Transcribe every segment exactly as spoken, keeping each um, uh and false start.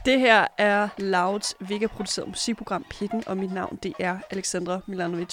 Det her er Louds Vega-produceret musikprogram Pitten, og mit navn det er Alexandra Milanovic.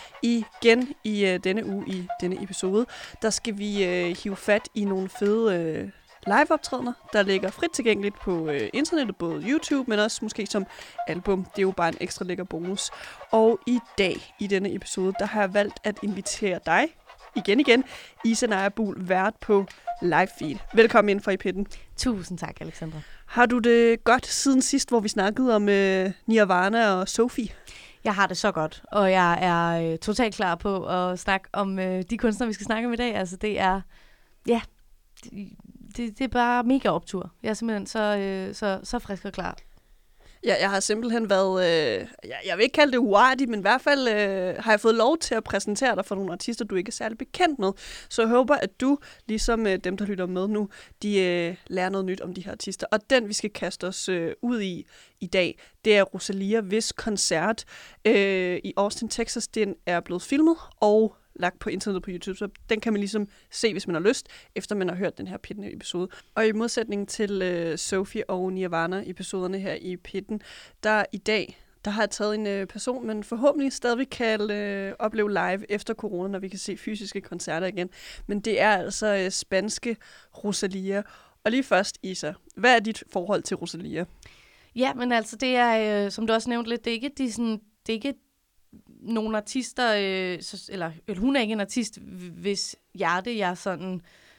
Igen i øh, denne uge, i denne episode, der skal vi øh, hive fat i nogle fede øh, live-optrædener, der ligger frit tilgængeligt på øh, internettet, både YouTube, men også måske som album. Det er jo bare en ekstra lækker bonus. Og i dag, i denne episode, der har jeg valgt at invitere dig, igen igen, Isa Naja Buhl, vært på live feed. Velkommen ind for i Pitten. Tusind tak, Alexandra. Har du det godt siden sidst, hvor vi snakkede om øh, Nirvana og Sophie? Jeg har det så godt, og jeg er øh, totalt klar på at snakke om øh, de kunstnere, vi skal snakke om i dag. Altså, det er, ja, det, det, det er bare mega optur. Jeg er simpelthen så, øh, så, så frisk og klar. Ja, jeg har simpelthen været, øh, jeg, jeg vil ikke kalde det uartigt, men i hvert fald øh, har jeg fået lov til at præsentere dig for nogle artister, du ikke er særlig bekendt med. Så jeg håber, at du, ligesom øh, dem, der lytter med nu, de øh, lærer noget nyt om de her artister. Og den, vi skal kaste os øh, ud i i dag, det er Rosalia, hvis koncert øh, i Austin, Texas, den er blevet filmet og lagt på internettet på YouTube, så den kan man ligesom se, hvis man har lyst, efter man har hørt den her Pitten-episode. Og i modsætning til øh, Sophie og Nirvana-episoderne her i Pitten, der i dag, der har jeg taget en øh, person, man forhåbentlig stadig kan øh, opleve live efter corona, når vi kan se fysiske koncerter igen. Men det er altså øh, spanske Rosalia. Og lige først, Isa, hvad er dit forhold til Rosalia? Ja, men altså, det er, øh, som du også nævnte lidt, det er ikke de sådan, det er ikke nogle artister, øh, så, eller, eller hun er ikke en artist, hvis hjerte jeg sådan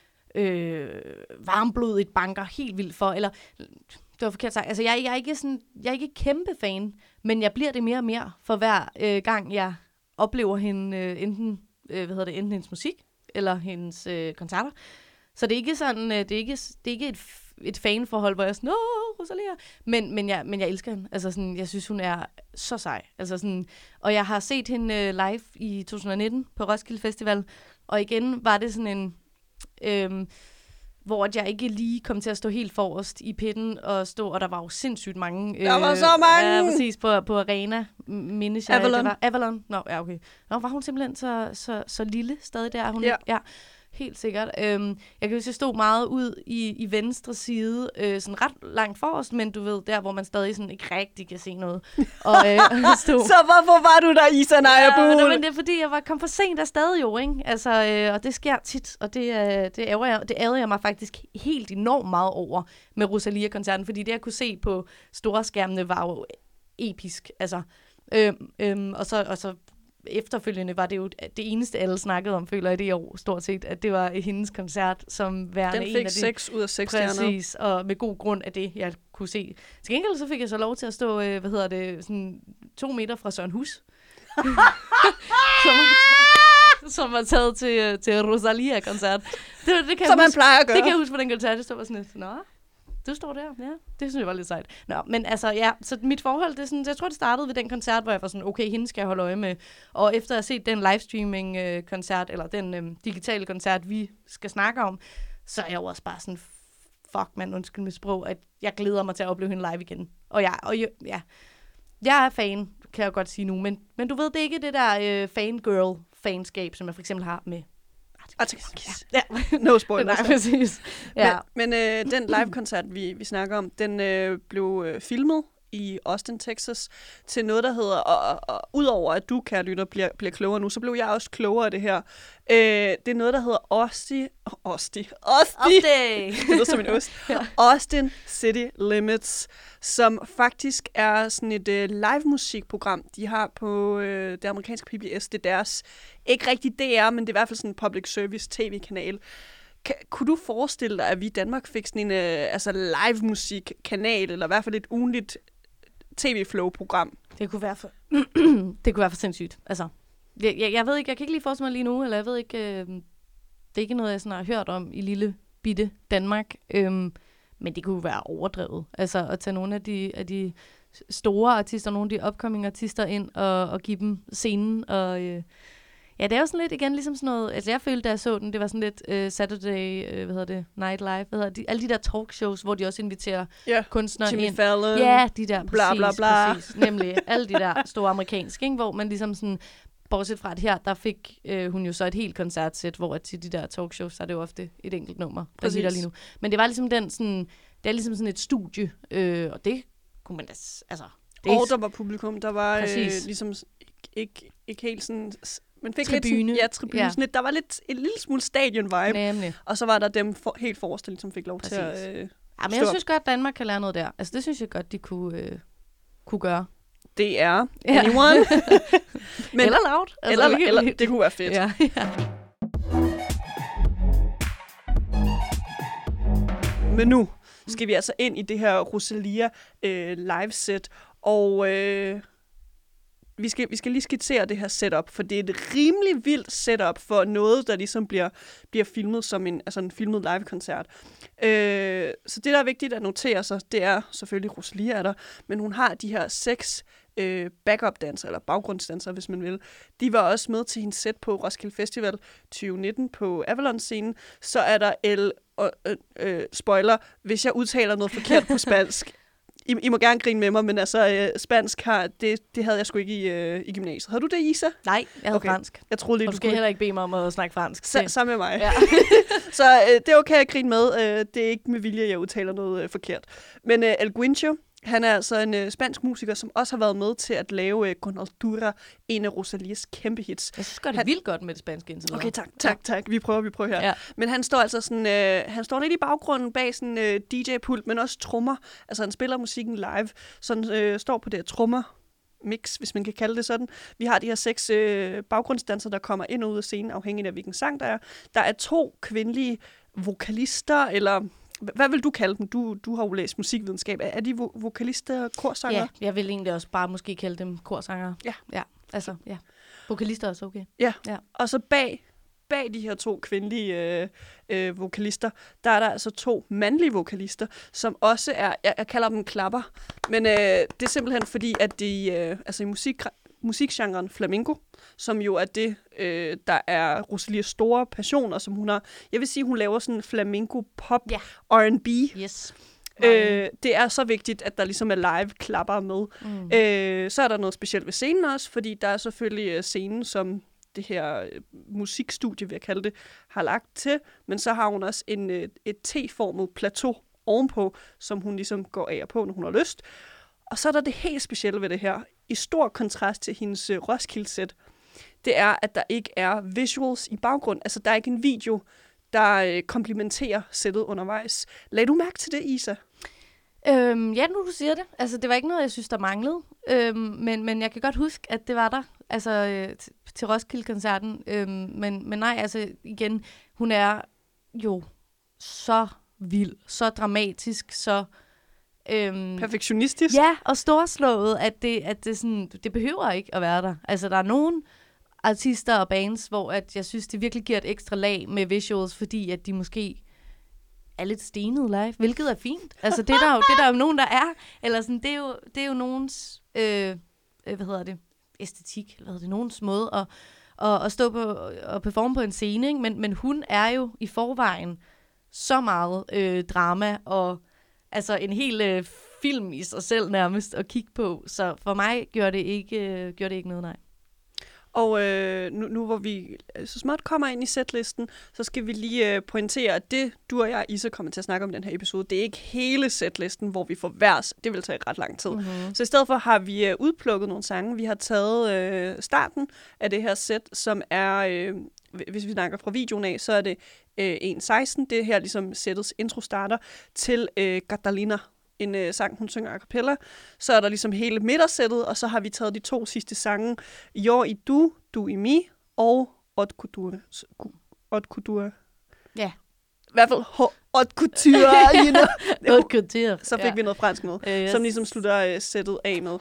øh, varmblodigt banker helt vildt for, eller det var forkert sagt, altså jeg, jeg, er ikke sådan, jeg er ikke kæmpe fan, men jeg bliver det mere og mere for hver øh, gang jeg oplever hende, øh, enten, øh, hvad hedder det, enten hendes musik, eller hendes øh, koncerter. Så det er ikke sådan, øh, det er ikke, det er ikke et et fanforhold, hvor jeg er sådan, åh, Rosalia. Men, men, jeg, men jeg elsker hende. Altså sådan, jeg synes, hun er så sej. Altså sådan, og jeg har set hende uh, live i to tusind nitten på Roskilde Festival, og igen var det sådan en, øhm, hvor jeg ikke lige kom til at stå helt forrest i Pitten og stå, og der var jo sindssygt mange. Der var øh, så mange! Ja, præcis, på, på Arena. Mindes jeg, Avalon. Det var Avalon. Nå, ja, okay. Nå, var hun simpelthen så, så, så lille stadig der? Hun ja. Ikke? Ja. Helt sikkert. Øhm, jeg kan huske, jeg stod meget ud i, i venstre side, øh, sådan ret langt forrest, men du ved, der hvor man stadig sådan ikke rigtig kan se noget. Og, øh, stod. Så hvorfor var du der, Isa Naja Buhl? Ja, men det er fordi, jeg var kom for sent afsted jo, ikke? Altså, øh, og det sker tit, og det, øh, det, ærger jeg, det ærger jeg mig faktisk helt enormt meget over med Rosalia-koncerten, fordi det, jeg kunne se på store skærmene, var jo episk. Altså, øh, øh, og så... Og så efterfølgende var det jo det eneste, alle snakkede om, føler jeg det i år, stort set, at det var hendes koncert, som værende den en fik af de... seks ud af seks stjerner. Præcis, og med god grund af det, jeg kunne se. Til gengæld så fik jeg så lov til at stå, øh, hvad hedder det, sådan to meter fra Søren Hus. som, var, som var taget til, til Rosalia-koncert. Det, det kan som man huske, plejer at gøre. Det kan jeg huske på den koncert, det stod sådan lidt, nå, du står der, ja. Det synes jeg var lidt sejt. Nå, men altså, ja, så mit forhold, det er sådan, jeg tror, det startede ved den koncert, hvor jeg var sådan, okay, hende skal jeg holde øje med. Og efter at have set den livestreaming-koncert, eller den øhm, digitale koncert, vi skal snakke om, så er jeg jo også bare sådan, fuck, man, undskyld mit sprog, at jeg glæder mig til at opleve hende live igen. Og ja, og ja, jeg er fan, kan jeg godt sige nu, men, men du ved, det er ikke det der øh, fangirl-fanskab, som jeg for eksempel har med Arctic Monkeys. Ja. No spoilers. Nej, præcis. Ja. Men, men øh, den live-koncert, vi, vi snakker om, den øh, blev øh, filmet i Austin, Texas, til noget, der hedder, og, og, og udover at du, kære lytter, bliver, bliver klogere nu, så blev jeg også klogere af det her. Øh, det er noget, der hedder Osti, Osti, Osti, det lyder som en ost, ja. Austin City Limits, som faktisk er sådan et øh, live-musikprogram, de har på øh, det amerikanske P B S. Det er deres, ikke rigtig D R, men det er i hvert fald sådan en public service tv-kanal. Kan, kunne du forestille dig, at vi i Danmark fik sådan en øh, altså live-musik-kanal, eller i hvert fald et ugenligt tv-flow-program? Det kunne være for, det kunne være for sindssygt. Altså, jeg, jeg, jeg ved ikke, jeg kan ikke lige forestille mig lige nu, eller jeg ved ikke, øh, det er ikke noget, jeg sådan har hørt om i lille bitte Danmark, øh, men det kunne være overdrevet. Altså at tage nogle af de, af de store artister, nogle af de upcoming artister ind, og, og give dem scenen, og øh, ja, det er jo sådan lidt igen ligesom sådan noget, altså jeg følte, da jeg så den, det var sådan lidt uh, Saturday, uh, hvad hedder det, Night Live, hvad hedder de, alle de der talkshows, hvor de også inviterer yeah. kunstnere Jimmy ind. Fallon, ja, de der, præcis, bla bla bla. præcis, nemlig alle de der store amerikanske, ikke, hvor man ligesom sådan, bortset fra at her, der fik øh, hun jo så et helt koncertsæt, hvor til de der talkshows, så er det jo ofte et enkelt nummer, der hitter lige nu. Men det var ligesom den sådan, det er ligesom sådan et studie, øh, og det kunne man da, altså... Det og der var publikum, der var øh, Præcis. ligesom ikke, ikke helt sådan... Man fik Tribune. lidt sådan, ja, tribune. Ja. Sådan lidt, der var lidt en lille smule stadion-vibe. Nemlig. Og så var der dem for, helt forrest, der ligesom fik lov Præcis. til at øh, Ja, men jeg synes godt, at Danmark kan lære noget der. Altså, det synes jeg godt, de kunne, øh, kunne gøre. det er anyone. Men, eller loud. Altså, eller, eller, det kunne være fedt. Ja, ja. Men nu skal vi altså ind i det her Rosalia øh, live-set, og øh, vi, skal, vi skal lige skitsere det her setup, for det er et rimelig vildt setup for noget, der ligesom bliver, bliver filmet som en, altså en filmet live-koncert. Øh, så det, der er vigtigt at notere sig, det er selvfølgelig, Rosalia er der, men hun har de her seks øh, backup-danser, eller baggrundsdanser, hvis man vil. De var også med til hendes set på Roskilde Festival tyve nitten på Avalon-scenen. Så er der el og øh, øh, spoiler, hvis jeg udtaler noget forkert på spansk. I, I må gerne grine med mig, men altså øh, spansk har, det, det havde jeg sgu ikke i, øh, i gymnasiet. Havde du det, Isa? Nej, jeg havde okay. fransk. Jeg troede lige, og du du skal kunne... heller ikke bede mig om at snakke fransk. Sa- sammen med mig. Ja. Så øh, det er okay at grine med. Øh, det er ikke med vilje, jeg udtaler noget øh, forkert. Men øh, El Guincho, han er altså en øh, spansk musiker, som også har været med til at lave øh, Con Altura, en af Rosalias kæmpe hits. Jeg synes godt, det er han... vildt godt med det spanske indtil videre. Okay, tak, tak, tak. Vi prøver, vi prøver her. Ja. Men han står altså sådan, øh, han står lidt i baggrunden bag sådan øh, D J-pult, men også trommer. Altså han spiller musikken live, så han øh, står på det her trommer mix, hvis man kan kalde det sådan. Vi har de her seks øh, baggrundsdanser, der kommer ind og ud af scenen, afhængig af hvilken sang der er. Der er to kvindelige vokalister, eller hvad vil du kalde dem? Du, du har jo læst musikvidenskab. Er de vo- vokalister, korsanger? Ja, jeg vil egentlig også bare måske kalde dem korsanger. Ja. Ja, altså, ja. Vokalister er også okay. Ja. Ja. Og så bag, bag de her to kvindelige øh, øh, vokalister, der er der altså to mandlige vokalister, som også er, jeg, jeg kalder dem klapper, men øh, det er simpelthen fordi, at de, øh, altså i musik, musikgenren flamenco, som jo er det, øh, der er Rosalias store passion, og som hun har, jeg vil sige, hun laver sådan flamenco pop Ja. R and B. Yes. Øh, det er så vigtigt, at der ligesom er live klapper med. Mm. Øh, så er der noget specielt ved scenen også, fordi der er selvfølgelig øh, scenen, som det her øh, musikstudie, vil jeg kalde det, har lagt til, men så har hun også en, øh, et T-formet plateau ovenpå, som hun ligesom går af og på, når hun har lyst. Og så er der det helt specielle ved det her, i stor kontrast til hendes øh, Roskilde-sæt, det er, at der ikke er visuals i baggrund. Altså, der er ikke en video, der øh, komplementerer sættet undervejs. Lad du mærke til det, Isa? Øhm, ja, nu du siger det. Altså, det var ikke noget, jeg synes, der manglede. Øhm, men, men jeg kan godt huske, at det var der. Altså, øh, t- til Roskilde-koncerten. Øhm, men, men nej, altså, igen, hun er jo så vild, så dramatisk, så... Øhm, Perfektionistisk? Ja, og storslået, at det, at det, sådan, det behøver ikke at være der. Altså, der er nogen artister og bands, hvor at jeg synes, det virkelig giver et ekstra lag med visuals, fordi at de måske er lidt stenet live, hvilket er fint. Altså, det er der jo, det er der jo nogen, der er. Eller sådan, det er jo, det er jo nogens, øh, hvad hedder det, æstetik, eller hvad hedder det, nogens måde at, at, at stå på og performe på en scene, ikke? Men, men hun er jo i forvejen så meget øh, drama og altså en hel øh, film i sig selv nærmest at kigge på. Så for mig gjorde det ikke, øh, gjorde det ikke noget, nej. Og øh, nu, nu hvor vi så småt kommer ind i setlisten, så skal vi lige øh, pointere, at det, du og jeg, Isa, kommer til at snakke om i den her episode, det er ikke hele setlisten, hvor vi får vers. Det vil tage ret lang tid. Mm-hmm. Så i stedet for har vi øh, udplukket nogle sange. Vi har taget øh, starten af det her set, som er, øh, hvis vi snakker fra videoen af, så er det øh, en seksten. Det er her ligesom settets intro starter til øh, Catalina. En øh, sang, hun synger a cappella. Så er der ligesom hele midtersættet, og så har vi taget de to sidste sange, Jo i du, du i mi, og Haute Couture. Haute Couture. Ja. I hvert fald Haute Couture, you know. Haute Couture. Så fik ja. vi noget fransk med, uh, yes. som ligesom slutter øh, sættet af med.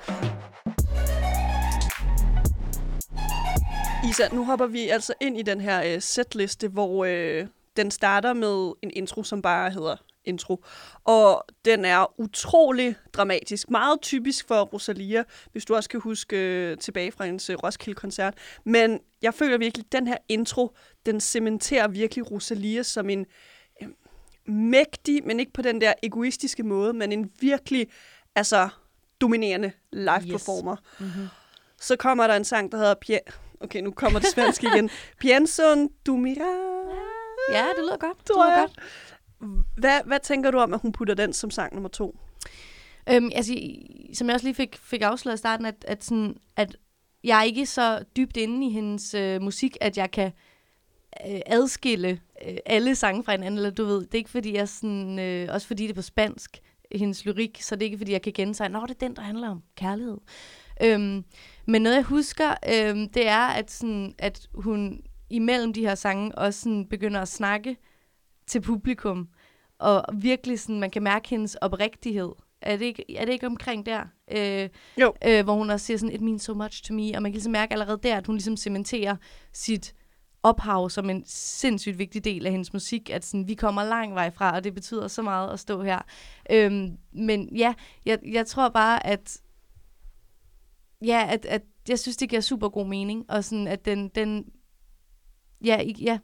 Isa, nu hopper vi altså ind i den her øh, setliste, hvor øh, den starter med en intro, som bare hedder intro. Og den er utrolig dramatisk. Meget typisk for Rosalia, hvis du også kan huske øh, tilbage fra hendes øh, Roskilde-koncert. Men jeg føler virkelig, at den her intro, den cementerer virkelig Rosalia som en øh, mægtig, men ikke på den der egoistiske måde, men en virkelig altså dominerende live-performer. Yes. Mm-hmm. Så kommer der en sang, der hedder... Pia- okay, nu kommer det svenske igen. Pienso en tu mirar. Ja, det lyder godt. Det tror lyder jeg. godt. Hvad, hvad tænker du om, at hun putter den som sang nummer to? Øhm, altså, som jeg også lige fik, fik afsløret i starten, at, at, sådan, at jeg er ikke så dybt inde i hendes øh, musik, at jeg kan øh, adskille øh, alle sange fra hinanden, eller du ved, det er ikke fordi jeg sådan, øh, også fordi det er på spansk, hendes lyrik, så det er ikke fordi jeg kan gentage, nå, det er den, der handler om kærlighed. Øhm, men noget jeg husker, øhm, det er, at, sådan, at hun imellem de her sange også sådan, begynder at snakke til publikum, og virkelig sådan, man kan mærke hendes oprigtighed. Er det ikke, er det ikke omkring der? Øh, jo. Øh, hvor hun også siger sådan, it means so much to me, og man kan ligesom mærke allerede der, at hun ligesom cementerer sit ophav som en sindssygt vigtig del af hendes musik, at sådan, vi kommer lang vej fra, og det betyder så meget at stå her. Øhm, men ja, jeg, jeg tror bare, at ja, at, at jeg synes, det giver super god mening, og sådan, at den, den ja, ja.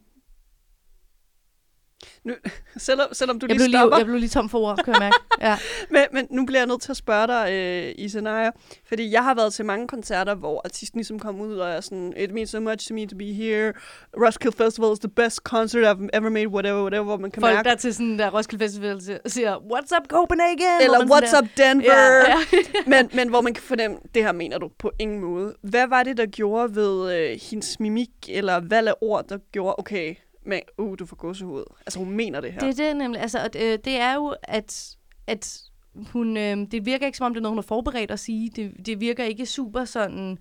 Nu, selvom, selvom du jeg lige blev stopper. Lige, jeg blev lige tom for ord, kan jeg mærke. Ja. men, men nu bliver jeg nødt til at spørge dig, øh, Isanaya, fordi jeg har været til mange koncerter, hvor artisten ligesom kom ud og er sådan, it means so much to me to be here, Roskilde Festival is the best concert I've ever made, whatever, whatever, hvor man kan Folk, mærke... der til sådan der Roskilde Festival siger, what's up Copenhagen? Eller what's der, up Denver? Ja, ja. men, men hvor man kan fornemme, det her mener du på ingen måde. Hvad var det, der gjorde ved øh, hendes mimik, eller valg af ord, der gjorde, okay... Men, uh, du får gåsehud. Altså, hun mener det her. Det er det nemlig. Altså, at, øh, det er jo, at, at hun... Øh, det virker ikke, som om det er noget, hun har forberedt at sige. Det, det virker ikke super sådan...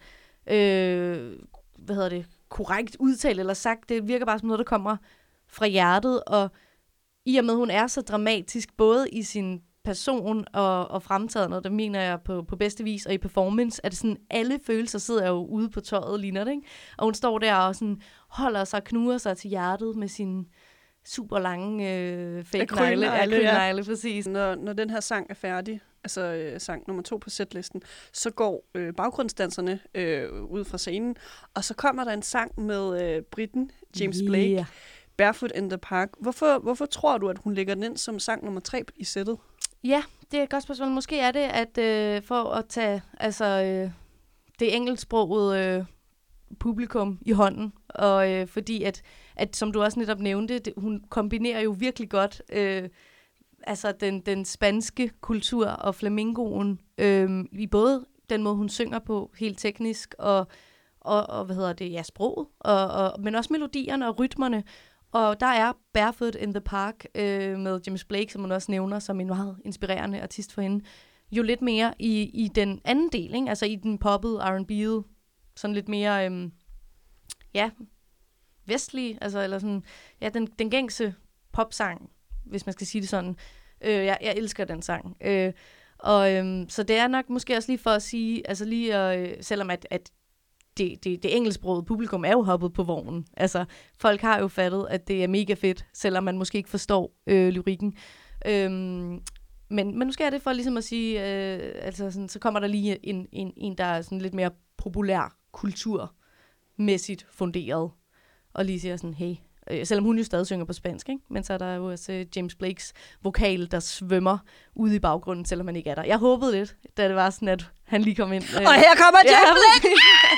Øh, hvad hedder det? Korrekt udtalt eller sagt. Det virker bare som noget, der kommer fra hjertet. Og i og med, hun er så dramatisk, både i sin person og, og fremtiden, og det mener jeg på, på bedste vis, og i performance, at sådan, alle følelser sidder jo ude på tøjet, ligner det, ikke? Og hun står der og sådan, holder sig og knuger sig til hjertet med sin super lange øh, fake negle. Akrylnegle, ja. Præcis. Når, når den her sang er færdig, altså øh, sang nummer to på setlisten, så går øh, baggrundsdanserne øh, ud fra scenen, og så kommer der en sang med øh, briten James Blake, yeah. Barefoot in the Park. Hvorfor, hvorfor tror du, at hun lægger den ind som sang nummer tre i sættet? Ja, det er et godt spørgsmål. Måske er det, at øh, for at tage altså, øh, det engelsksprogede øh, publikum i hånden, og øh, fordi at, at, som du også netop nævnte, det, hun kombinerer jo virkelig godt øh, altså den, den spanske kultur og flamingoen øh, i både den måde, hun synger på, helt teknisk, og, og, og hvad hedder det, ja, sproget, og, og, men også melodierne og rytmerne. Og der er Barefoot in the Park øh, med James Blake, som man også nævner som en meget inspirerende artist for hende, jo lidt mere i, i den anden del, ikke? Altså i den poppede R and B'ede, sådan lidt mere, øhm, ja, vestlige, altså eller sådan, ja, den, den gængse popsang, hvis man skal sige det sådan. Øh, jeg, jeg elsker den sang. Øh, og øhm, så det er nok måske også lige for at sige, altså lige, øh, selvom at, at Det, det, det engelsksprogede publikum er jo hoppet på vognen. Altså, folk har jo fattet, at det er mega fedt, selvom man måske ikke forstår øh, lyrikken. Øhm, men, men nu skal jeg det for ligesom at sige, øh, altså sådan, så kommer der lige en, en, en, der er sådan lidt mere populær kulturmæssigt funderet, og lige siger sådan, hey, øh, selvom hun jo stadig synger på spansk, ikke? Men så er der jo også øh, James Blakes vokal, der svømmer ude i baggrunden, selvom han ikke er der. Jeg håbede lidt, da det var sådan, at han lige kom ind. Øh, og her kommer James ja, Blake!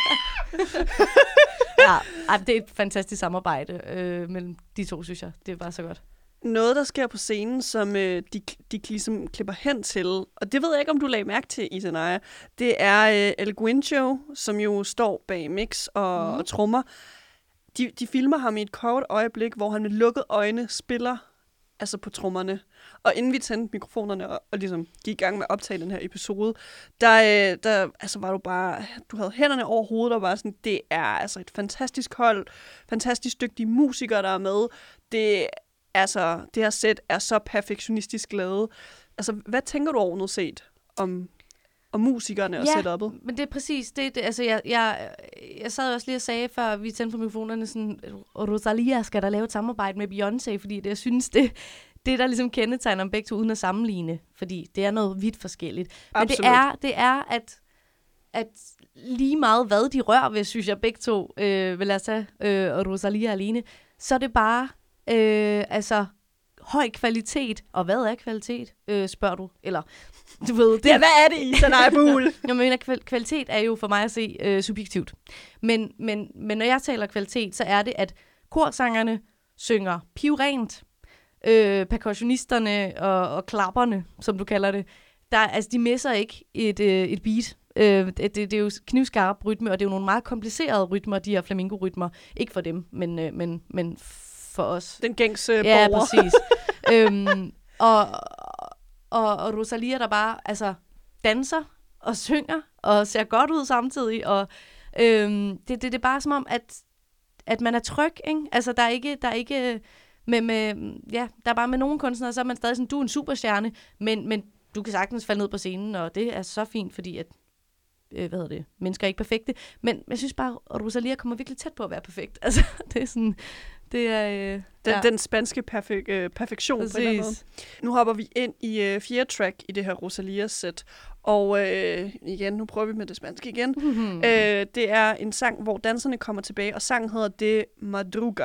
ja, ej, det er et fantastisk samarbejde øh, mellem de to, synes jeg. Det er bare så godt. Noget, der sker på scenen, som øh, de, de ligesom klipper hen til, og det ved jeg ikke, om du lagde mærke til, Isanaya, det er øh, El Guincho, som jo står bag mix og, mm. og trommer. De, de filmer ham i et kort øjeblik, hvor han med lukkede øjne spiller altså på trommerne. Og inden vi tændte mikrofonerne og, og ligesom gik i gang med at optage den her episode, der, der altså var du bare, du havde hænderne over hovedet og var sådan, det er altså et fantastisk hold, fantastisk dygtige musikere, der er med. Det, altså, det her sæt er så perfektionistisk lavet. Altså, hvad tænker du overordnet set om, om musikerne og ja, setup'et? Men det er præcis det. det altså, jeg, jeg, jeg sad også lige og sagde, før vi tændte på mikrofonerne, sådan, Rosalia skal der lave et samarbejde med Beyoncé, fordi det, jeg synes, det det, der ligesom kendetegner dem begge to, uden at sammenligne, fordi det er noget vidt forskelligt. Men det er, det er at, at lige meget hvad de rører ved, synes jeg begge to, øh, vil jeg tage øh, Rosalia alene, så er det bare øh, altså høj kvalitet. Og hvad er kvalitet, øh, spørger du? Eller, du ved det. Ja, hvad er det i sådan en bul? Jeg mener, kvalitet er jo for mig at se øh, subjektivt. Men, men, men når jeg taler kvalitet, så er det, at korsangerne synger pivrent. øh, percussionisterne og, og klapperne, som du kalder det, der, altså, de misser ikke et, øh, et beat. Øh, det, det er jo knivskarp rytme, og det er jo nogle meget komplicerede rytmer, de her flamenco-rytmer. Ikke for dem, men, øh, men, men for os. Den gængse borger. Ja, præcis. øhm, og, og, og Rosalía, der bare altså, danser og synger og ser godt ud samtidig. Og øhm, det, det, det er bare som om, at, at man er tryg, ikke? Altså, der er ikke... Der er ikke med, med, ja, der er bare med nogle kunstnere, så er man stadig sådan, du er en superstjerne, men, men du kan sagtens falde ned på scenen, og det er så fint, fordi at øh, hvad hedder det, mennesker er ikke perfekte. Men jeg synes bare, at Rosalía kommer virkelig tæt på at være perfekt. Altså, det er sådan... Det er, øh, den, ja. den spanske perfek, øh, perfektion Præcis. på en eller anden måde. Nu hopper vi ind i øh, fjerde track i det her Rosalía-sæt. Og øh, igen, nu prøver vi med det spanske igen. Mm-hmm. Øh, det er en sang, hvor danserne kommer tilbage, og sangen hedder De Madruga.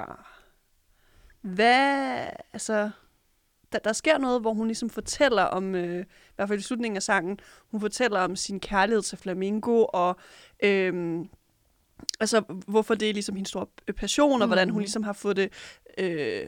Hvad... Altså... Der, der sker noget, hvor hun ligesom fortæller om, øh, i hvert fald i slutningen af sangen, hun fortæller om sin kærlighed til flamenco, og øh, altså, hvorfor det er ligesom hendes store passion, og mm. hvordan hun ligesom har fået det, øh,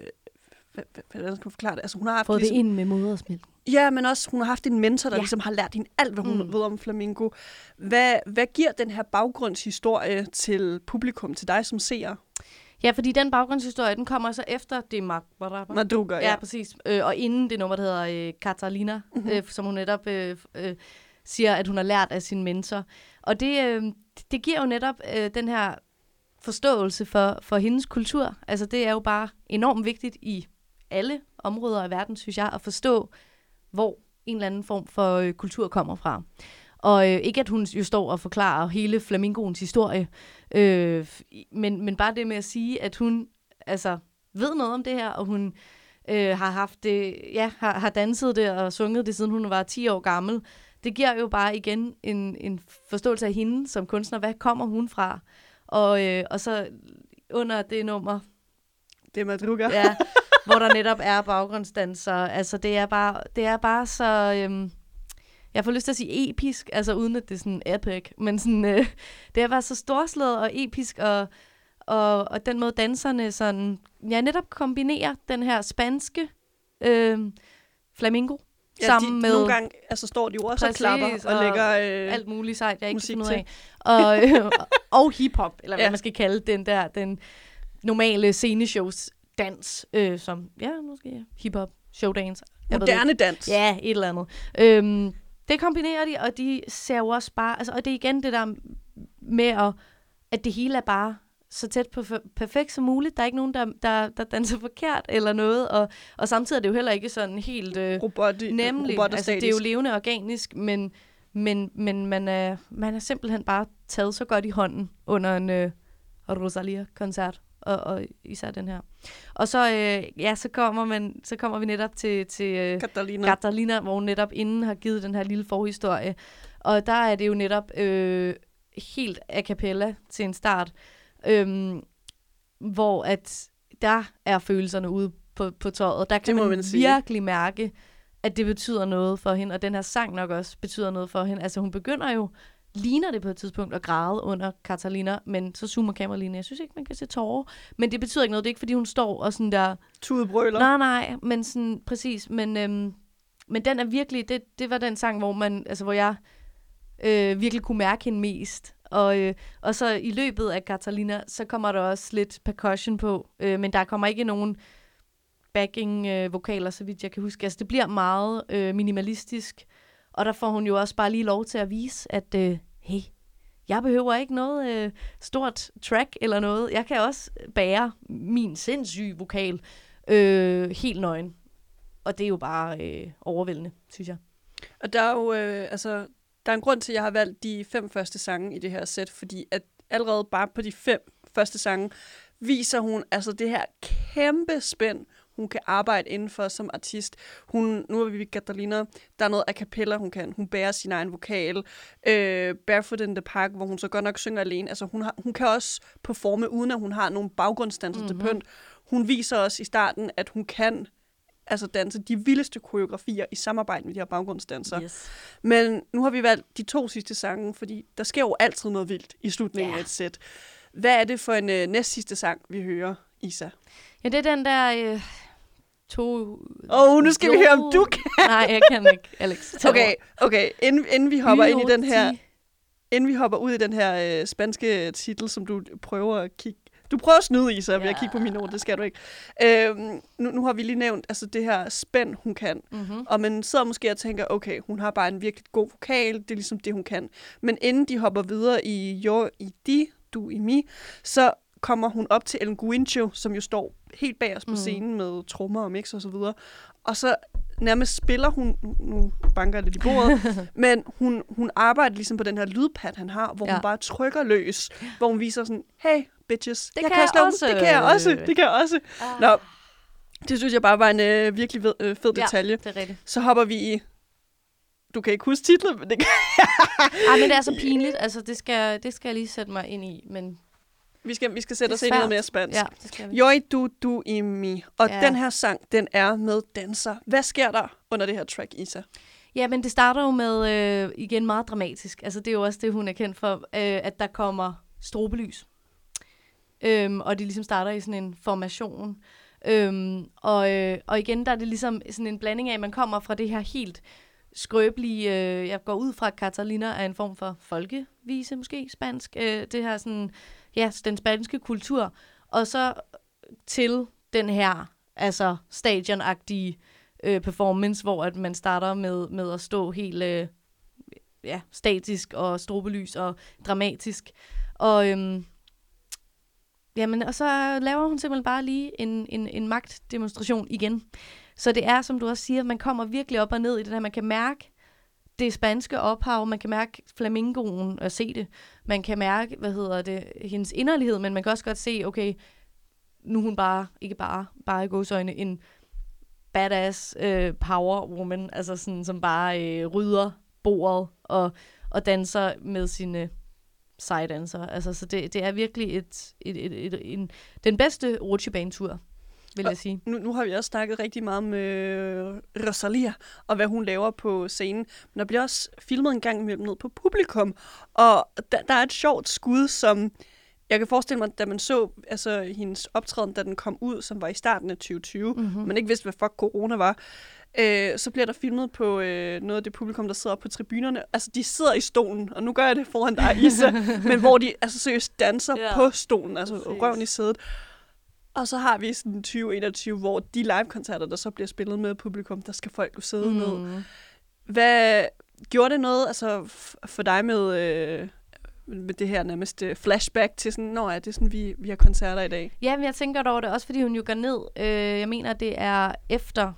hvordan skal man forklare det? Altså, hun har haft fået ligesom, det ind med modersmælken. Ja, men også, hun har haft en mentor, der ja. ligesom har lært hende alt, hvad hun mm. ved om flamenco. Hvad, hvad giver den her baggrundshistorie til publikum, til dig som seer? Ja, fordi den baggrundshistorie, den kommer så efter det Madruga, ja. Ja, præcis. Øh, og inden det nummer, der hedder øh, Catalina, mm-hmm. øh, som hun netop øh, øh, siger, at hun har lært af sin mentor. Og det, øh, det giver jo netop øh, den her forståelse for, for hendes kultur. Altså, det er jo bare enormt vigtigt i alle områder af verden, synes jeg, at forstå, hvor en eller anden form for øh, kultur kommer fra. Og øh, ikke at hun jo står og forklarer hele flamencoens historie, øh, men, men bare det med at sige, at hun altså ved noget om det her, og hun øh, har haft det, ja, har, har danset det og sunget det, siden hun var ti år gammel. Det giver jo bare igen en, en forståelse af hende som kunstner. Hvad kommer hun fra? Og, øh, og så under det nummer... Det er Madruga. Ja, hvor der netop er baggrundsdanser. Altså, det er bare, det er bare så... Øh, Jeg får lyst til at sige episk, altså uden at det er sådan epic, men sådan, øh, det er bare så storslået og episk, og, og, og den måde danserne sådan, ja, netop kombinerer den her spanske øh, flamenco ja, sammen de, med... Nogle gange altså, står de jo også og klapper og, og lægger øh, alt muligt sejt, jeg ikke kan finde ud til. af. Og, øh, og hiphop, eller hvad ja. man skal kalde den der, den normale sceneshows dans, øh, som, ja, måske hiphop, showdance. Moderne dans. Ja, et eller andet. Øhm, Det kombinerer de, og de ser jo også bare... Altså, og det er igen det der med, at, at det hele er bare så tæt på perfekt som muligt. Der er ikke nogen, der, der, der danser forkert eller noget. Og, og samtidig er det jo heller ikke sådan helt øh, Roboti, nemlig. Altså, det er jo levende organisk, men, men, men man, er, man er simpelthen bare taget så godt i hånden under en øh, Rosalía-koncert. Og, og især den her. Og så, øh, ja, så kommer, man, så kommer vi netop til, til øh, Catalina. Catalina, hvor hun netop inden har givet den her lille forhistorie. Og der er det jo netop øh, helt a cappella til en start, øh, hvor at der er følelserne ude på, på tøjet. Der kan man, man virkelig mærke, at det betyder noget for hende, og den her sang nok også betyder noget for hende. Altså hun begynder jo ligner det på et tidspunkt at græde under Catalina, men så zoomer kameraet lige ned. Jeg synes ikke, man kan se tårer, men det betyder ikke noget. Det er ikke, fordi hun står og sådan der... Tudebrøler. Nej, nej, men sådan, præcis. Men, øhm, men den er virkelig, det, det var den sang, hvor man, altså hvor jeg øh, virkelig kunne mærke hende mest. Og, øh, og så i løbet af Catalina, så kommer der også lidt percussion på, øh, men der kommer ikke nogen backing-vokaler, øh, så vidt jeg kan huske. Altså det bliver meget øh, minimalistisk, og der får hun jo også bare lige lov til at vise, at øh, hey, jeg behøver ikke noget øh, stort track eller noget. Jeg kan også bære min sindssyge vokal øh, helt nøgen. Og det er jo bare øh, overvældende, synes jeg. Og der er jo, øh, altså, der er en grund til, at jeg har valgt de fem første sange i det her sæt, fordi at allerede bare på de fem første sange, viser hun altså det her kæmpe spænd, hun kan arbejde indenfor som artist. Hun, nu er vi ved Catalina, der er noget a cappella, hun kan. Hun bærer sin egen vokal. Øh, Barefoot in the Park, hvor hun så godt nok synger alene. Altså hun, har, hun kan også performe, uden at hun har nogle baggrundsdanser mm-hmm. til pynt. Hun viser os i starten, at hun kan altså danse de vildeste koreografier i samarbejde med de her baggrundsdansere. Yes. Men nu har vi valgt de to sidste sange, fordi der sker jo altid noget vildt i slutningen yeah. af et sæt. Hvad er det for en øh, næst sidste sang, vi hører, Isa? Ja, det er den der... Øh To... Åh, oh, nu skal jo. vi høre, om du kan. Nej, jeg kan ikke, Alex. Okay, okay. Inden, inden vi hopper ind i den her... Inden vi hopper ud i den her øh, spanske titel, som du prøver at kigge... Du prøver at snyde i sig ved ja. at kigge på mine ord, det skal du ikke. Øhm, nu, nu har vi lige nævnt altså det her spænd, hun kan. Mm-hmm. Og man sidder måske og tænker, okay, hun har bare en virkelig god vokal, det er ligesom det, hun kan. Men inden de hopper videre i yo, i di, du, i mi, så kommer hun op til El Guincho, som jo står helt bag os på mm. scenen med trommer og mix og så videre. Og så nærmest spiller hun, nu banker jeg lidt i bordet, men hun, hun arbejder ligesom på den her lydpad, han har, hvor ja. hun bare trykker løs, hvor hun viser sådan, hey, bitches, det jeg kan, kan, jeg også. det kan jeg også, det kan jeg også. Ah. Nå, det synes jeg bare var en øh, virkelig ved, øh, fed detalje. Ja, det er rigtigt. Så hopper vi i, du kan ikke huske titlen, men det kan Ej, men det er så pinligt, altså det skal, det skal jeg lige sætte mig ind i, men... Vi skal, vi skal sætte os ind i noget mere spansk. Ja, det skal vi. Yo, du, du y mi. Og ja. den her sang, den er med danser. Hvad sker der under det her track, Isa? Ja, men det starter jo med, øh, igen, meget dramatisk. Altså, det er jo også det, hun er kendt for, øh, at der kommer strobelys. Øhm, og det ligesom starter i sådan en formation. Øhm, og, øh, og igen, der er det ligesom sådan en blanding af, at man kommer fra det her helt skrøbelige, øh, jeg går ud fra, Catalina er en form for folkevise, måske spansk, øh, det her sådan, ja, den spanske kultur, og så til den her, altså stadionagtige øh, performance, hvor at man starter med, med at stå helt, øh, ja, statisk og strobelys og dramatisk, og øhm, jamen, og så laver hun simpelthen bare lige en, en, en magtdemonstration igen. Så det er, som du også siger, man kommer virkelig op og ned i det her. Man kan mærke det spanske ophav, man kan mærke flamingoen og se det. Man kan mærke, hvad hedder det, hendes inderlighed, men man kan også godt se, okay, nu er hun bare, ikke bare, bare i gåseøjne, en badass øh, power woman, altså sådan, som bare øh, rydder bordet og, og danser med sine sejdanser. Altså, så det, det er virkelig et, et, et, et, en, den bedste rutsjebanetur, vil jeg sige. Nu, nu har vi også snakket rigtig meget med Rosalía, og hvad hun laver på scenen. Men der bliver også filmet en gang imellem ned på publikum, og der, der er et sjovt skud, som jeg kan forestille mig, da man så altså, hendes optræden, da den kom ud, som var i starten af tyve tyve, mm-hmm. man ikke vidste, hvad fuck corona var, øh, så bliver der filmet på øh, noget af det publikum, der sidder på tribunerne. Altså, de sidder i stolen, og nu gør jeg det foran dig, Isa, men hvor de altså seriøst danser ja. på stolen, altså Præcis. røven i sædet. Og så har vi sådan tyve enogtyve, hvor de live-koncerter, der så bliver spillet med publikum, der skal folk jo sidde mm. ned. Hvad gjorde det noget altså, f- for dig med, øh, med det her nærmest øh, flashback til sådan, når er det sådan, vi, vi har koncerter i dag? Ja, men jeg tænker over det også, fordi hun jo går ned. Øh, jeg mener, det er efter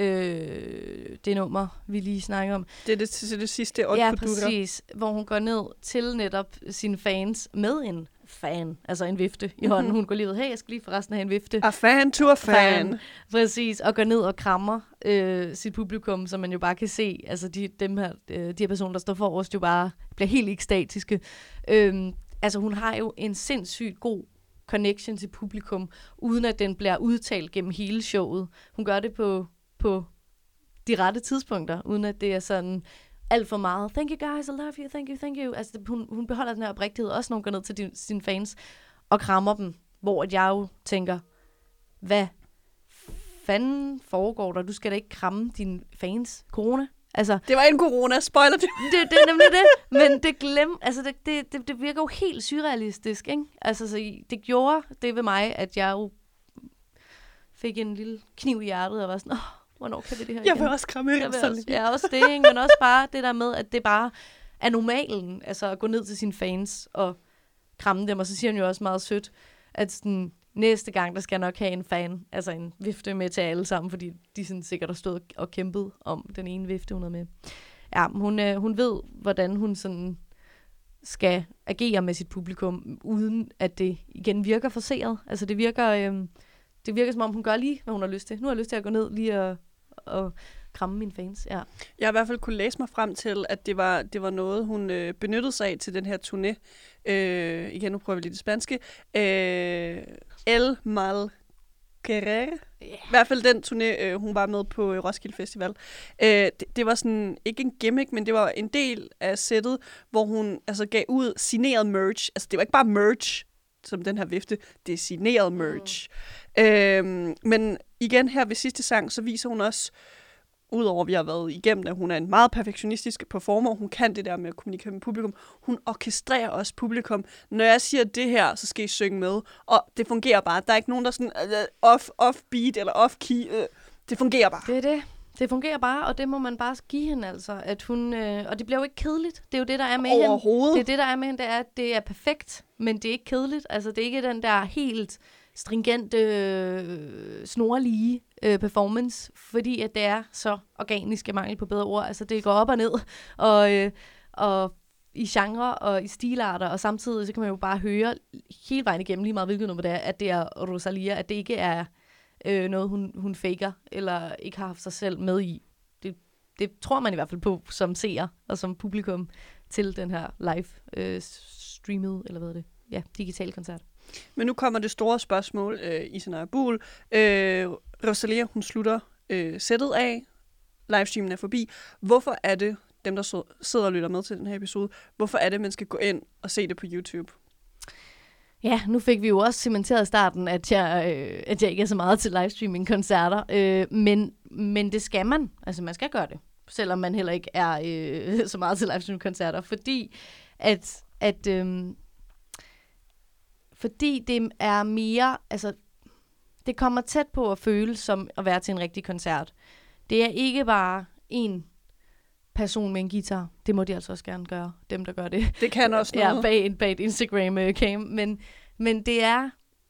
øh, det nummer, vi lige snakker om. Det er det, det, det sidste år. Ja, præcis. Hvor hun går ned til netop sine fans med en fan, altså en vifte i hånden. Mm-hmm. Hun går lige ud, hey, jeg skal lige forresten have en vifte. A fan to a fan. fan. Præcis, og går ned og krammer øh, sit publikum, så man jo bare kan se, altså de, dem her, øh, de her personer, der står forrest, jo bare bliver helt ekstatiske. Øhm, altså hun har jo en sindssygt god connection til publikum, uden at den bliver udtalt gennem hele showet. Hun gør det på, på de rette tidspunkter, uden at det er sådan alt for meget. Thank you guys, I love you, thank you, thank you. Altså, det, hun, hun beholder den her oprigtighed, også når hun går ned til din, sine fans og krammer dem, hvor jeg jo tænker, hvad fanden foregår der? Du skal da ikke kramme dine fans. Corona? Altså, det var en corona, spoiler det. det. Det er nemlig det, men det glem, altså det, det, det, det virker jo helt surrealistisk, ikke? Altså, så det gjorde det ved mig, at jeg jo fik en lille kniv i hjertet, og var sådan, åh, hvornår kan vi det her igen? Jeg vil også kramme jeg vil også, ja, også det, ikke? Men også bare det der med, at det bare er normalen, altså at gå ned til sine fans og kramme dem, og så siger han jo også meget sødt, at sådan, næste gang, der skal jeg nok have en fan, altså en vifte med til alle sammen, fordi de sådan sikkert har stået og kæmpet om den ene vifte, hun er med. Ja, hun, øh, hun ved, hvordan hun sådan skal agere med sit publikum, uden at det igen virker forceret. Altså det virker, øh, det virker som om, hun gør lige, hvad hun har lyst til. Nu har jeg lyst til at gå ned lige og, og kramme mine fans, ja. Jeg har i hvert fald kunne læse mig frem til, at det var, det var noget, hun øh, benyttede sig af til den her turné. Øh, igen, nu prøver vi lige det spanske. Øh, El Mal Querer. Yeah. I hvert fald den turné, øh, hun var med på øh, Roskilde Festival. Øh, det, det var sådan, ikke en gimmick, men det var en del af sættet, hvor hun altså gav ud signeret merch. Altså, det var ikke bare merch, som den her vifte. Det er signeret merch. Øhm, men igen her ved sidste sang, så viser hun også, udover at vi har været igennem, at hun er en meget perfektionistisk performer, hun kan det der med at kommunikere med publikum, hun orkestrerer også publikum. Når jeg siger det her, så skal I synge med, og det fungerer bare. Der er ikke nogen, der er sådan uh, off, off-beat eller off-key. Uh, det fungerer bare. Det er det. Det fungerer bare, og det må man bare give hende, altså. At hun, øh, og det bliver jo ikke kedeligt. Det er jo det, der er med hende. Overhovedet. Det er det, der er med hende, det er, at det er perfekt, men det er ikke kedeligt. Altså, det er ikke den der helt stringente, øh, snorlige øh, performance, fordi at det er så organisk, af mangel på bedre ord. Altså, det går op og ned, og, øh, og i genre og i stilarter, og samtidig så kan man jo bare høre hele vejen igennem, lige meget hvilket nummer det er, at det er Rosalía, at det ikke er øh, noget, hun, hun faker, eller ikke har haft sig selv med i. Det, det tror man i hvert fald på, som seer og som publikum til den her live øh, streamet, eller hvad er det? Ja, digital koncert. Men nu kommer det store spørgsmål, øh, Isanaya Buhl. Øh, Rosalía, hun slutter øh, sættet af. Livestreamen er forbi. Hvorfor er det, dem der sidder og lytter med til den her episode, hvorfor er det, man skal gå ind og se det på YouTube? Ja, nu fik vi jo også cementeret i starten, at jeg, øh, at jeg ikke er så meget til livestreaming-koncerter. Øh, men, men det skal man. Altså, man skal gøre det. Selvom man heller ikke er øh, så meget til livestreaming-koncerter. Fordi at... at øh, Fordi det er mere, altså, det kommer tæt på at føles som at være til en rigtig koncert. Det er ikke bare en person med en guitar. Det må de altså også gerne gøre, dem der gør det. Det kan også noget. Ja, bag, bag et Instagram-cam. Men, men det er,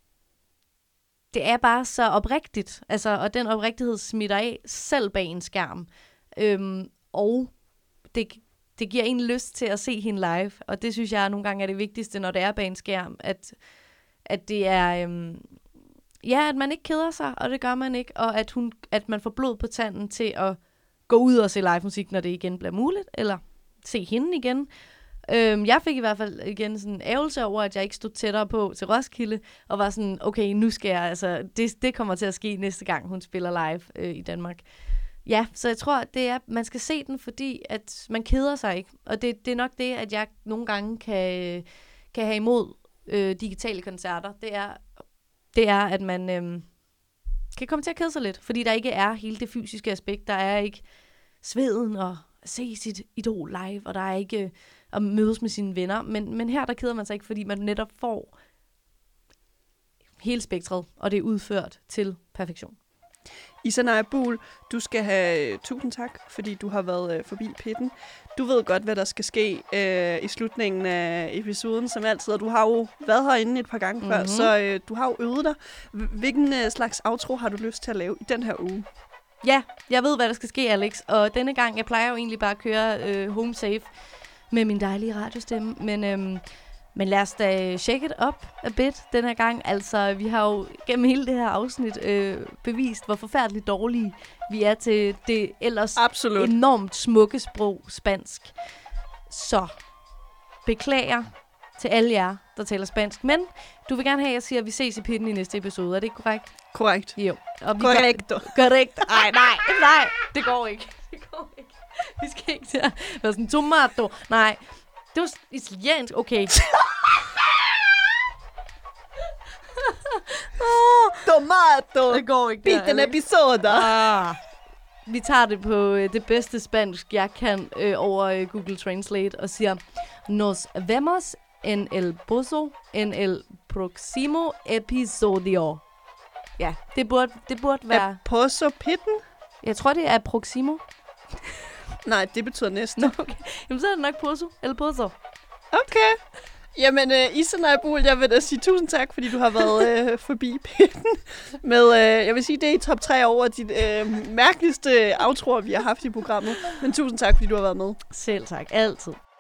det er bare så oprigtigt. Altså, og den oprigtighed smitter af selv bag en skærm. Øhm, og det Det giver en lyst til at se hende live, og det synes jeg nogle gange er det vigtigste, når det er bag en skærm, at, at det er, øhm, ja, at man ikke keder sig, og det gør man ikke, og at, hun, at man får blod på tanden til at gå ud og se live musik, når det igen bliver muligt, eller se hende igen. Øhm, jeg fik i hvert fald igen sådan en ærgelse over, at jeg ikke stod tættere på til Roskilde, og var sådan, okay, nu skal jeg, altså, det, det kommer til at ske næste gang, hun spiller live øh, i Danmark. Ja, så jeg tror, det er, man skal se den, fordi at man keder sig ikke. Og det, det er nok det, at jeg nogle gange kan, kan have imod øh, digitale koncerter. Det er, det er at man øh, kan komme til at kede sig lidt, fordi der ikke er hele det fysiske aspekt. Der er ikke sveden og at se sit idol live, og der er ikke øh, at mødes med sine venner. Men, men her der keder man sig ikke, fordi man netop får hele spektret, og det er udført til perfektion. Isanaya Buhl, du skal have tusind tak, fordi du har været øh, forbi pitten. Du ved godt, hvad der skal ske øh, i slutningen af episoden, som altid. Og du har jo været herinde et par gange mm-hmm. før, så øh, du har jo øvet dig. Hvilken øh, slags outro har du lyst til at lave i den her uge? Ja, jeg ved, hvad der skal ske, Alex. Og denne gang, jeg plejer jo egentlig bare at køre øh, home safe med min dejlige radiostemme. Men... Øh, Men lad os da check it up a bit den her gang. Altså, vi har jo gennem hele det her afsnit øh, bevist, hvor forfærdeligt dårlige vi er til det ellers Absolut. enormt smukke sprog, spansk. Så beklager til alle jer, der taler spansk. Men du vil gerne have, at jeg siger, at vi ses i pitten i næste episode. Er det ikke korrekt? Korrekt. Jo. Og vi Korrekto. Gør, korrekt. Ej, nej, nej. Det går ikke. Det går ikke. Vi skal ikke til at være sådan tomato. Nej. Det var italiensk. Okay. oh, tomato. Det går ikke. Bitten episode. Ah. Vi tager det på øh, det bedste spansk, jeg kan øh, over øh, Google Translate og siger, nos vemos en el pozo en el próximo episodio. Ja, det burde, det burde være... Er pozo pitten? Jeg tror, det er proximo. Nej, det betyder næsten. Nå, okay. Jamen, så er det nok pozo. El pozo. Okay. Jamen, uh, Isanaya Buhl, jeg vil da sige tusind tak, fordi du har været uh, forbi pitten. Med, uh, jeg vil sige, det er i top tre over de uh, mærkeligste outroer, vi har haft i programmet. Men tusind tak, fordi du har været med. Selv tak. Altid.